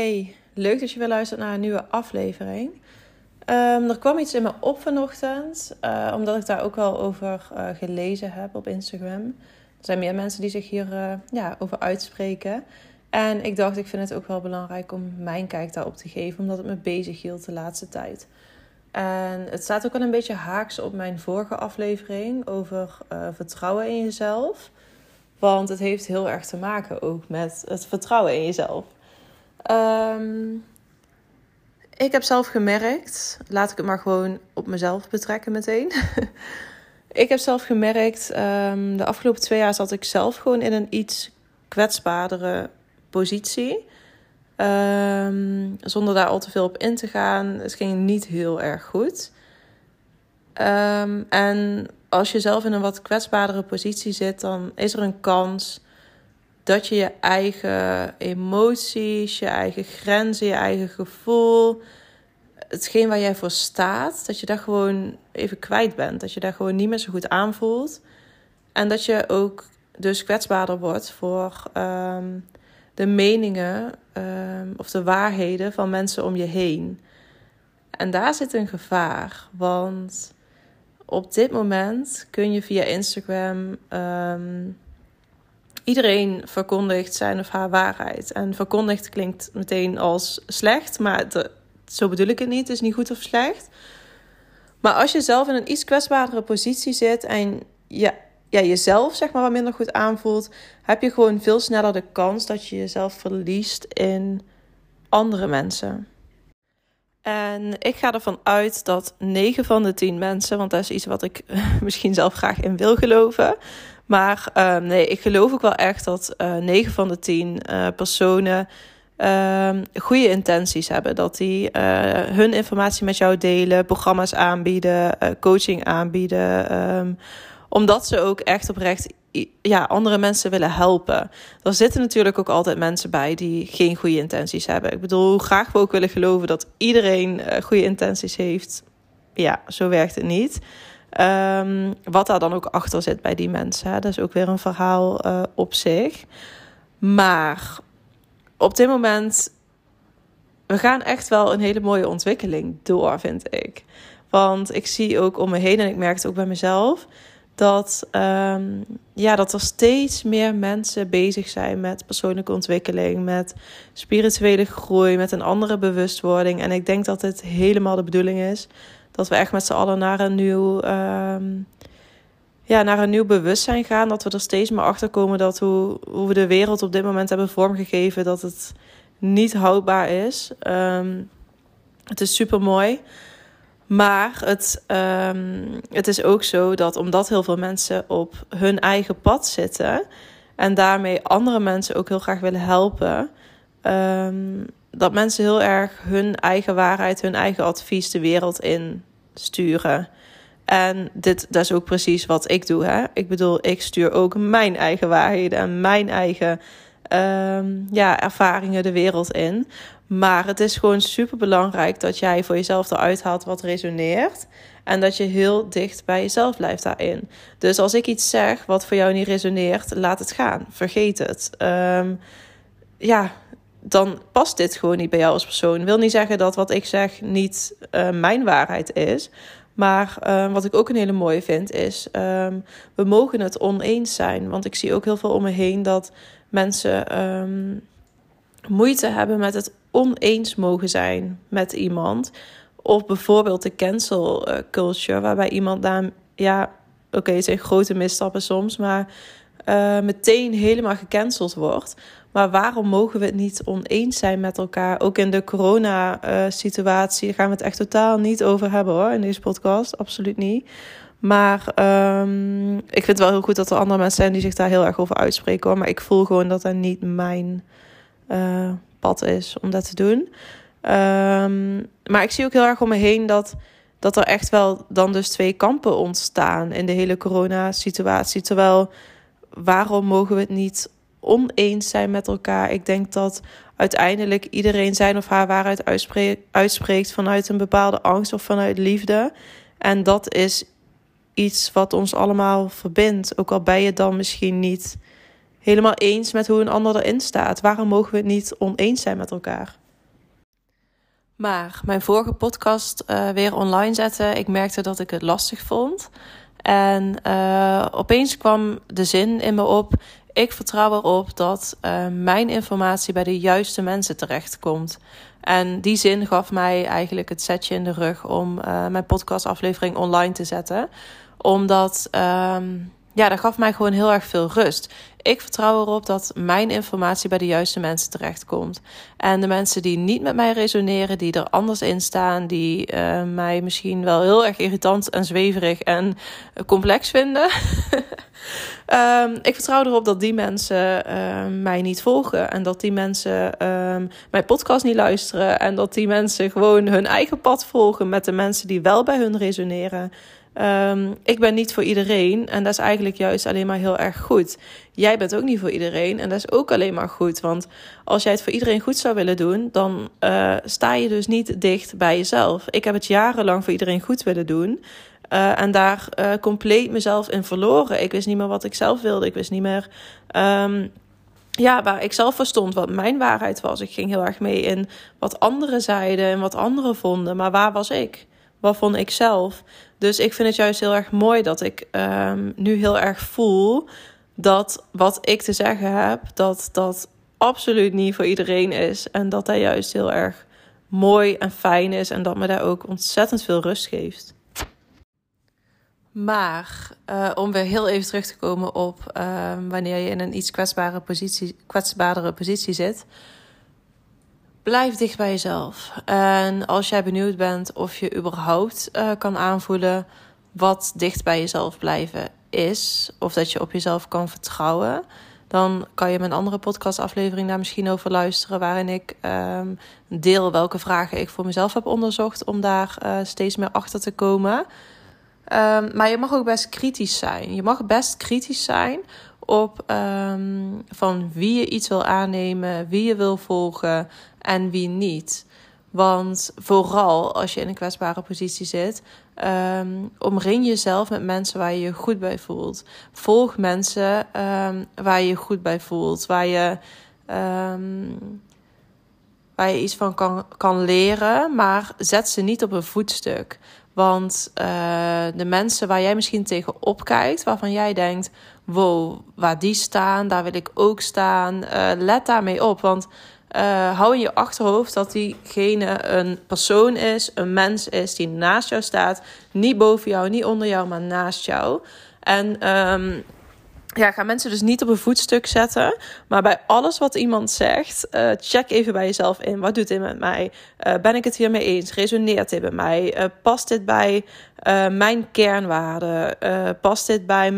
Hey, leuk dat je weer luistert naar een nieuwe aflevering. Er kwam iets in me op vanochtend, omdat ik daar ook wel over gelezen heb op Instagram. Er zijn meer mensen die zich hier over uitspreken. En ik dacht, ik vind het ook wel belangrijk om mijn kijk daarop te geven, omdat het me bezig hield de laatste tijd. En het staat ook wel een beetje haaks op mijn vorige aflevering over vertrouwen in jezelf. Want het heeft heel erg te maken ook met het vertrouwen in jezelf. Ik heb zelf gemerkt, laat ik het maar gewoon op mezelf betrekken meteen. Ik heb zelf gemerkt, de afgelopen 2 jaar zat ik zelf gewoon in een iets kwetsbaardere positie. Zonder daar al te veel op in te gaan. Het ging niet heel erg goed. En als je zelf in een wat kwetsbaardere positie zit, dan is er een kans dat je je eigen emoties, je eigen grenzen, je eigen gevoel, hetgeen waar jij voor staat, dat je daar gewoon even kwijt bent. Dat je daar gewoon niet meer zo goed aanvoelt. En dat je ook dus kwetsbaarder wordt voor de meningen of de waarheden van mensen om je heen. En daar zit een gevaar, want op dit moment kun je via Instagram iedereen verkondigt zijn of haar waarheid. En verkondigt klinkt meteen als slecht, maar zo bedoel ik het niet. Het is niet goed of slecht. Maar als je zelf in een iets kwetsbaardere positie zit en jezelf zeg maar wat minder goed aanvoelt, heb je gewoon veel sneller de kans dat je jezelf verliest in andere mensen. En ik ga ervan uit dat 9 van de 10 mensen, want dat is iets wat ik misschien zelf graag in wil geloven. Maar ik geloof ook wel echt dat 9 van de 10 personen goede intenties hebben. Dat die hun informatie met jou delen, programma's aanbieden, coaching aanbieden. Omdat ze ook echt oprecht andere mensen willen helpen. Er zitten natuurlijk ook altijd mensen bij die geen goede intenties hebben. Ik bedoel, hoe graag we ook willen geloven dat iedereen goede intenties heeft. Ja, zo werkt het niet. Wat daar dan ook achter zit bij die mensen. Hè? Dat is ook weer een verhaal op zich. Maar op dit moment, we gaan echt wel een hele mooie ontwikkeling door, vind ik. Want ik zie ook om me heen, en ik merk het ook bij mezelf, dat er steeds meer mensen bezig zijn met persoonlijke ontwikkeling, met spirituele groei, met een andere bewustwording. En ik denk dat het helemaal de bedoeling is dat we echt met z'n allen naar een nieuw bewustzijn gaan. Dat we er steeds meer achter komen dat hoe we de wereld op dit moment hebben vormgegeven, dat het niet houdbaar is. Het is super mooi. Maar het is ook zo dat omdat heel veel mensen op hun eigen pad zitten en daarmee andere mensen ook heel graag willen helpen, dat mensen heel erg hun eigen waarheid, hun eigen advies de wereld in sturen. En dat is ook precies wat ik doe. Hè? Ik bedoel, ik stuur ook mijn eigen waarheden en mijn eigen ervaringen de wereld in. Maar het is gewoon super belangrijk dat jij voor jezelf eruit haalt wat resoneert. En dat je heel dicht bij jezelf blijft daarin. Dus als ik iets zeg wat voor jou niet resoneert, laat het gaan. Vergeet het. Dan past dit gewoon niet bij jou als persoon. Wil niet zeggen dat wat ik zeg niet mijn waarheid is. Maar wat ik ook een hele mooie vind is, we mogen het oneens zijn. Want ik zie ook heel veel om me heen dat mensen moeite hebben met het oneens mogen zijn met iemand. Of bijvoorbeeld de cancel culture, waarbij iemand het zijn grote misstappen soms, maar meteen helemaal gecanceld wordt. Maar waarom mogen we het niet oneens zijn met elkaar? Ook in de corona-situatie gaan we het echt totaal niet over hebben hoor, in deze podcast. Absoluut niet. Maar ik vind het wel heel goed dat er andere mensen zijn die zich daar heel erg over uitspreken hoor. Maar ik voel gewoon dat dat niet mijn pad is om dat te doen. Maar ik zie ook heel erg om me heen dat er echt wel dan dus 2 kampen ontstaan in de hele corona-situatie. Terwijl, waarom mogen we het niet oneens zijn met elkaar? Ik denk dat uiteindelijk iedereen zijn of haar waarheid uitspreekt vanuit een bepaalde angst of vanuit liefde. En dat is iets wat ons allemaal verbindt. Ook al ben je dan misschien niet helemaal eens met hoe een ander erin staat. Waarom mogen we het niet oneens zijn met elkaar? Maar mijn vorige podcast weer online zetten, ik merkte dat ik het lastig vond. En opeens kwam de zin in me op: ik vertrouw erop dat mijn informatie bij de juiste mensen terechtkomt. En die zin gaf mij eigenlijk het setje in de rug om mijn podcastaflevering online te zetten. Omdat dat gaf mij gewoon heel erg veel rust. Ik vertrouw erop dat mijn informatie bij de juiste mensen terechtkomt. En de mensen die niet met mij resoneren, die er anders in staan, die mij misschien wel heel erg irritant en zweverig en complex vinden. Ik vertrouw erop dat die mensen mij niet volgen. En dat die mensen mijn podcast niet luisteren. En dat die mensen gewoon hun eigen pad volgen met de mensen die wel bij hun resoneren. Ik ben niet voor iedereen en dat is eigenlijk juist alleen maar heel erg goed. Jij bent ook niet voor iedereen en dat is ook alleen maar goed. Want als jij het voor iedereen goed zou willen doen, dan sta je dus niet dicht bij jezelf. Ik heb het jarenlang voor iedereen goed willen doen. En daar compleet mezelf in verloren. Ik wist niet meer wat ik zelf wilde. Ik wist niet meer waar ik zelf voor stond, wat mijn waarheid was. Ik ging heel erg mee in wat anderen zeiden en wat anderen vonden. Maar waar was ik? Wat vond ik zelf? Dus ik vind het juist heel erg mooi dat ik nu heel erg voel dat wat ik te zeggen heb, dat absoluut niet voor iedereen is. En dat dat juist heel erg mooi en fijn is. En dat me daar ook ontzettend veel rust geeft. Maar om weer heel even terug te komen op wanneer je in een iets kwetsbaardere positie zit. Blijf dicht bij jezelf. En als jij benieuwd bent of je überhaupt kan aanvoelen wat dicht bij jezelf blijven is, of dat je op jezelf kan vertrouwen, dan kan je mijn andere podcastaflevering daar misschien over luisteren, waarin ik deel welke vragen ik voor mezelf heb onderzocht om daar steeds meer achter te komen. Maar je mag ook best kritisch zijn. Je mag best kritisch zijn op van wie je iets wil aannemen, wie je wil volgen en wie niet. Want vooral als je in een kwetsbare positie zit, omring jezelf met mensen waar je je goed bij voelt. Volg mensen waar je je goed bij voelt, waar je iets van kan leren, maar zet ze niet op een voetstuk. Want de mensen waar jij misschien tegen opkijkt, waarvan jij denkt, wow, waar die staan, daar wil ik ook staan. Let daarmee op, want hou in je achterhoofd dat diegene een persoon is, een mens is die naast jou staat. Niet boven jou, niet onder jou, maar naast jou. En ga mensen dus niet op een voetstuk zetten. Maar bij alles wat iemand zegt, check even bij jezelf in. Wat doet dit met mij? Ben ik het hiermee eens? Resoneert dit bij mij? Past dit bij mijn kernwaarden? Past dit bij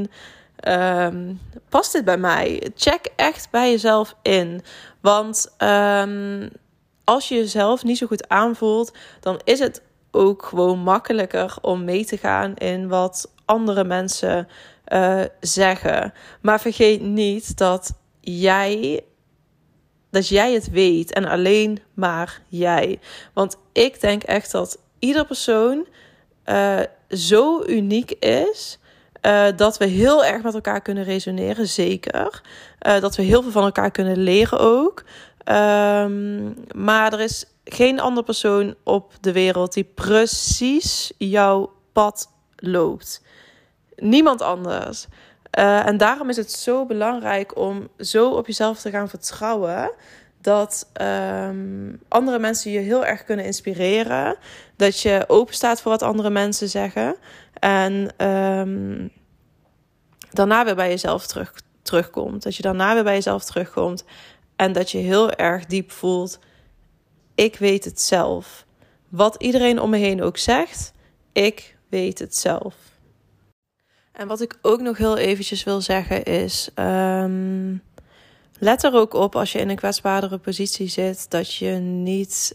mij? Check echt bij jezelf in. Want als je jezelf niet zo goed aanvoelt, dan is het ook gewoon makkelijker om mee te gaan in wat andere mensen zeggen. Maar vergeet niet dat jij het weet en alleen maar jij. Want ik denk echt dat ieder persoon zo uniek is dat we heel erg met elkaar kunnen resoneren, zeker. Dat we heel veel van elkaar kunnen leren ook. Maar er is geen andere persoon op de wereld die precies jouw pad loopt. Niemand anders. En daarom is het zo belangrijk om zo op jezelf te gaan vertrouwen dat andere mensen je heel erg kunnen inspireren. Dat je open staat voor wat andere mensen zeggen. En daarna weer bij jezelf terugkomt. Dat je daarna weer bij jezelf terugkomt. En dat je heel erg diep voelt, ik weet het zelf. Wat iedereen om me heen ook zegt, ik weet het zelf. En wat ik ook nog heel eventjes wil zeggen is, let er ook op als je in een kwetsbaardere positie zit, dat je niet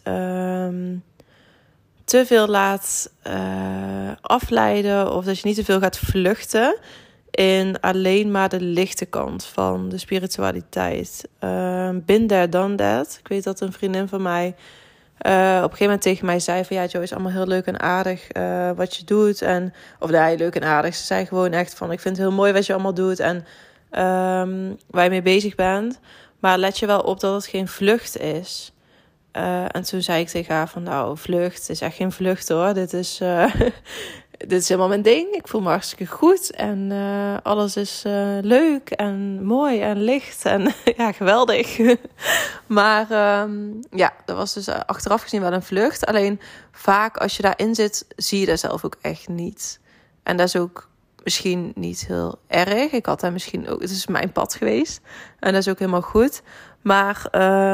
te veel laat afleiden of dat je niet te veel gaat vluchten in alleen maar de lichte kant van de spiritualiteit. Been there, done that. Ik weet dat een vriendin van mij op een gegeven moment tegen mij zei van ja, Joy, is allemaal heel leuk en aardig wat je doet. Leuk en aardig. Ze zei gewoon echt van, ik vind het heel mooi wat je allemaal doet en waar je mee bezig bent. Maar let je wel op dat het geen vlucht is. En toen zei ik tegen haar van, nou, vlucht. Het is echt geen vlucht hoor. Dit is helemaal mijn ding. Ik voel me hartstikke goed. En alles is leuk en mooi en licht. En ja, geweldig. Maar dat was dus achteraf gezien wel een vlucht. Alleen vaak als je daarin zit, zie je dat zelf ook echt niet. En dat is ook misschien niet heel erg. Ik had daar misschien ook... Het is mijn pad geweest. En dat is ook helemaal goed. Maar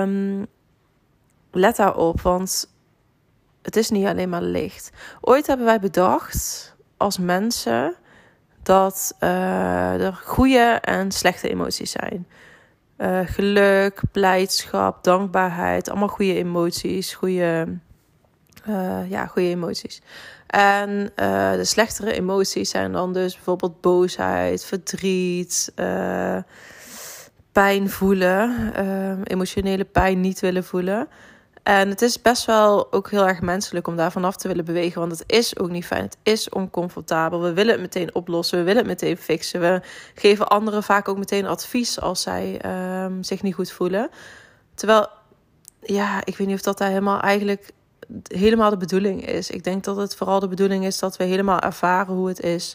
let daarop, want het is niet alleen maar licht. Ooit hebben wij bedacht als mensen dat er goede en slechte emoties zijn. Geluk, blijdschap, dankbaarheid, allemaal goede emoties. Goede emoties. En de slechtere emoties zijn dan dus bijvoorbeeld boosheid, verdriet, pijn voelen, emotionele pijn niet willen voelen. En het is best wel ook heel erg menselijk om daar vanaf te willen bewegen. Want het is ook niet fijn. Het is oncomfortabel. We willen het meteen oplossen. We willen het meteen fixen. We geven anderen vaak ook meteen advies als zij zich niet goed voelen. Terwijl, ja, ik weet niet of dat daar helemaal de bedoeling is. Ik denk dat het vooral de bedoeling is dat we helemaal ervaren hoe het is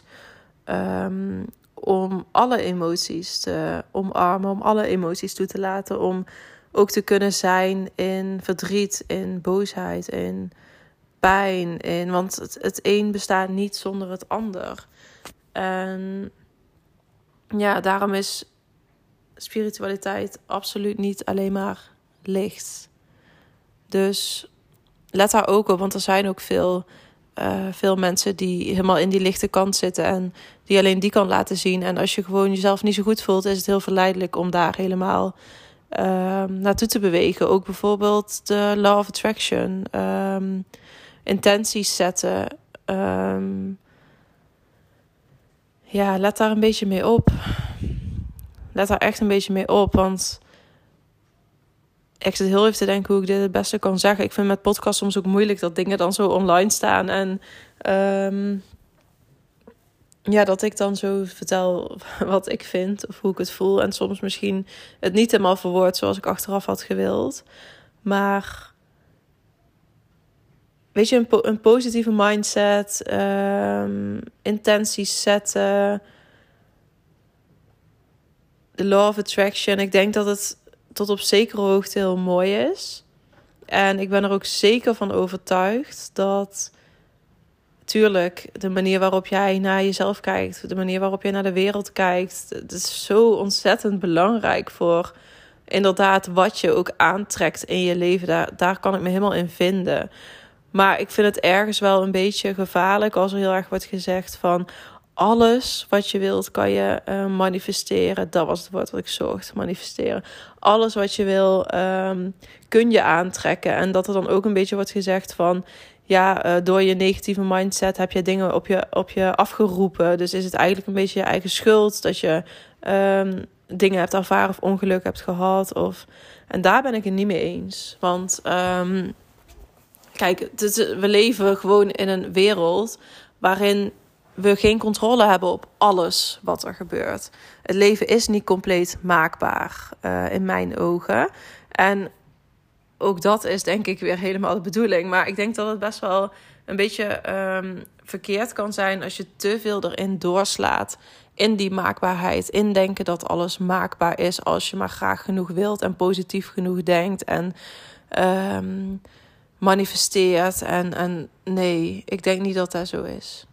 om alle emoties te omarmen. Om alle emoties toe te laten. Om ook te kunnen zijn in verdriet, in boosheid, in pijn. Want het een bestaat niet zonder het ander. En ja, daarom is spiritualiteit absoluut niet alleen maar licht. Dus let daar ook op, want er zijn ook veel mensen die helemaal in die lichte kant zitten en die alleen die kant laten zien. En als je gewoon jezelf niet zo goed voelt, is het heel verleidelijk om daar helemaal naartoe te bewegen. Ook bijvoorbeeld de Law of Attraction. Intenties zetten. Let daar een beetje mee op. Let daar echt een beetje mee op. Want ik zit heel even te denken hoe ik dit het beste kan zeggen. Ik vind met podcast soms ook moeilijk dat dingen dan zo online staan. En dat ik dan zo vertel wat ik vind of hoe ik het voel. En soms misschien het niet helemaal verwoord zoals ik achteraf had gewild. Maar weet je, een positieve mindset, intenties zetten, de Law of Attraction. Ik denk dat het tot op zekere hoogte heel mooi is. En ik ben er ook zeker van overtuigd dat, tuurlijk, de manier waarop jij naar jezelf kijkt, de manier waarop jij naar de wereld kijkt, het is zo ontzettend belangrijk voor inderdaad wat je ook aantrekt in je leven. Daar kan ik me helemaal in vinden. Maar ik vind het ergens wel een beetje gevaarlijk als er heel erg wordt gezegd van alles wat je wilt kan je manifesteren. Dat was het woord wat ik zocht, manifesteren. Alles wat je wil kun je aantrekken. En dat er dan ook een beetje wordt gezegd van door je negatieve mindset heb je dingen op je afgeroepen. Dus is het eigenlijk een beetje je eigen schuld dat je dingen hebt ervaren of ongeluk hebt gehad. En daar ben ik het niet mee eens. Want kijk, we leven gewoon in een wereld waarin we geen controle hebben op alles wat er gebeurt. Het leven is niet compleet maakbaar in mijn ogen. En ook dat is denk ik weer helemaal de bedoeling. Maar ik denk dat het best wel een beetje verkeerd kan zijn als je te veel erin doorslaat. In die maakbaarheid. In denken dat alles maakbaar is als je maar graag genoeg wilt en positief genoeg denkt. En manifesteert. En nee, ik denk niet dat dat zo is.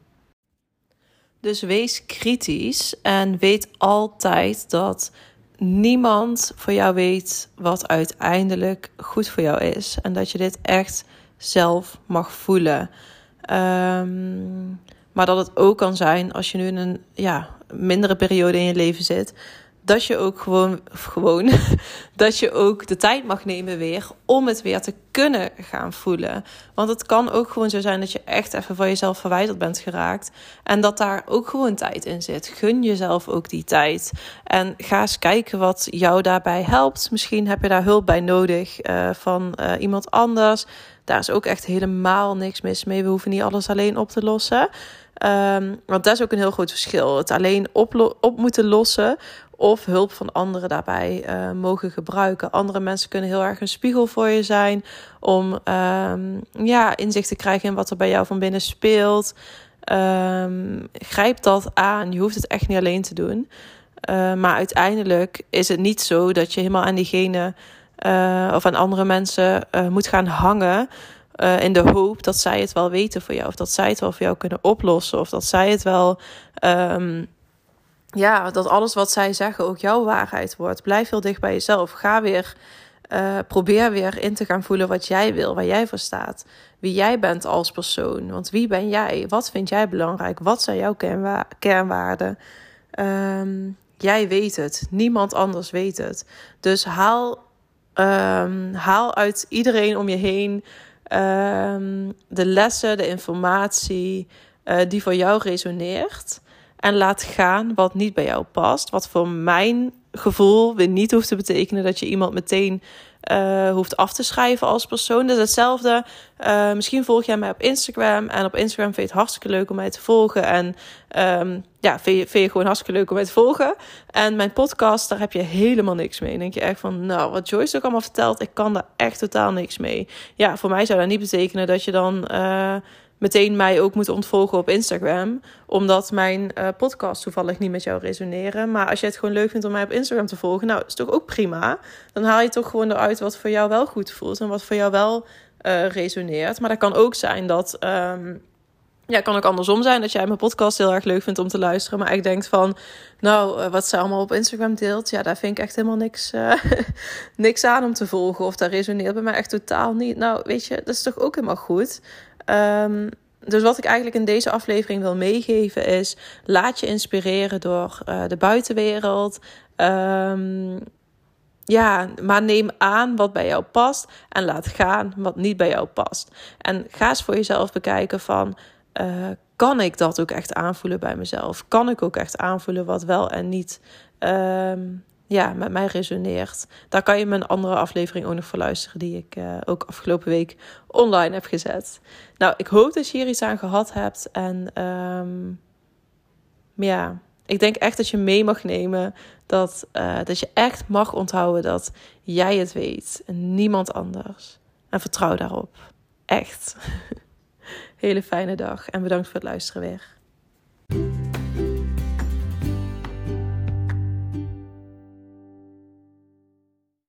Dus wees kritisch en weet altijd dat niemand voor jou weet wat uiteindelijk goed voor jou is. En dat je dit echt zelf mag voelen. Maar dat het ook kan zijn als je nu in een mindere periode in je leven zit, dat je ook gewoon dat je ook de tijd mag nemen weer om het weer te kunnen gaan voelen. Want het kan ook gewoon zo zijn dat je echt even van jezelf verwijderd bent geraakt. En dat daar ook gewoon tijd in zit. Gun jezelf ook die tijd. En ga eens kijken wat jou daarbij helpt. Misschien heb je daar hulp bij nodig van iemand anders. Daar is ook echt helemaal niks mis mee. We hoeven niet alles alleen op te lossen. Want dat is ook een heel groot verschil. Het alleen op moeten lossen of hulp van anderen daarbij mogen gebruiken. Andere mensen kunnen heel erg een spiegel voor je zijn om inzicht te krijgen in wat er bij jou van binnen speelt. Grijp dat aan. Je hoeft het echt niet alleen te doen. Maar uiteindelijk is het niet zo dat je helemaal aan diegene of aan andere mensen moet gaan hangen in de hoop dat zij het wel weten voor jou. Of dat zij het wel voor jou kunnen oplossen. Of dat zij het wel... dat alles wat zij zeggen ook jouw waarheid wordt. Blijf heel dicht bij jezelf. Ga weer... probeer weer in te gaan voelen wat jij wil, waar jij voor staat. Wie jij bent als persoon. Want wie ben jij? Wat vind jij belangrijk? Wat zijn jouw kernwaarden? Jij weet het. Niemand anders weet het. Dus haal uit iedereen om je heen de lessen, de informatie die voor jou resoneert. En laat gaan wat niet bij jou past. Wat voor mijn gevoel weer niet hoeft te betekenen dat je iemand meteen hoeft af te schrijven als persoon. Dus hetzelfde. Misschien volg jij mij op Instagram. En op Instagram vind je het hartstikke leuk om mij te volgen. En vind je gewoon hartstikke leuk om mij te volgen. En mijn podcast, daar heb je helemaal niks mee. Dan denk je echt van, nou, wat Joyce ook allemaal vertelt, ik kan daar echt totaal niks mee. Ja, voor mij zou dat niet betekenen dat je dan... meteen mij ook moet ontvolgen op Instagram. Omdat mijn podcast toevallig niet met jou resoneren. Maar als je het gewoon leuk vindt om mij op Instagram te volgen... nou, is toch ook prima. Dan haal je toch gewoon eruit wat voor jou wel goed voelt. En wat voor jou wel resoneert. Maar dat kan ook zijn dat... kan ook andersom zijn. Dat jij mijn podcast heel erg leuk vindt om te luisteren. Maar ik denk van... wat ze allemaal op Instagram deelt... ja, daar vind ik echt helemaal niks aan om te volgen. Of dat resoneert bij mij echt totaal niet. Nou, weet je, dat is toch ook helemaal goed... Dus wat ik eigenlijk in deze aflevering wil meegeven is... laat je inspireren door de buitenwereld. Maar neem aan wat bij jou past. En laat gaan wat niet bij jou past. En ga eens voor jezelf bekijken van... kan ik dat ook echt aanvoelen bij mezelf? Kan ik ook echt aanvoelen wat wel en niet... met mij resoneert. Daar kan je mijn andere aflevering ook nog voor luisteren... die ik ook afgelopen week online heb gezet. Nou, ik hoop dat je hier iets aan gehad hebt. En ik denk echt dat je mee mag nemen... dat je echt mag onthouden dat jij het weet. En niemand anders. En vertrouw daarop. Echt. Hele fijne dag. En bedankt voor het luisteren weer.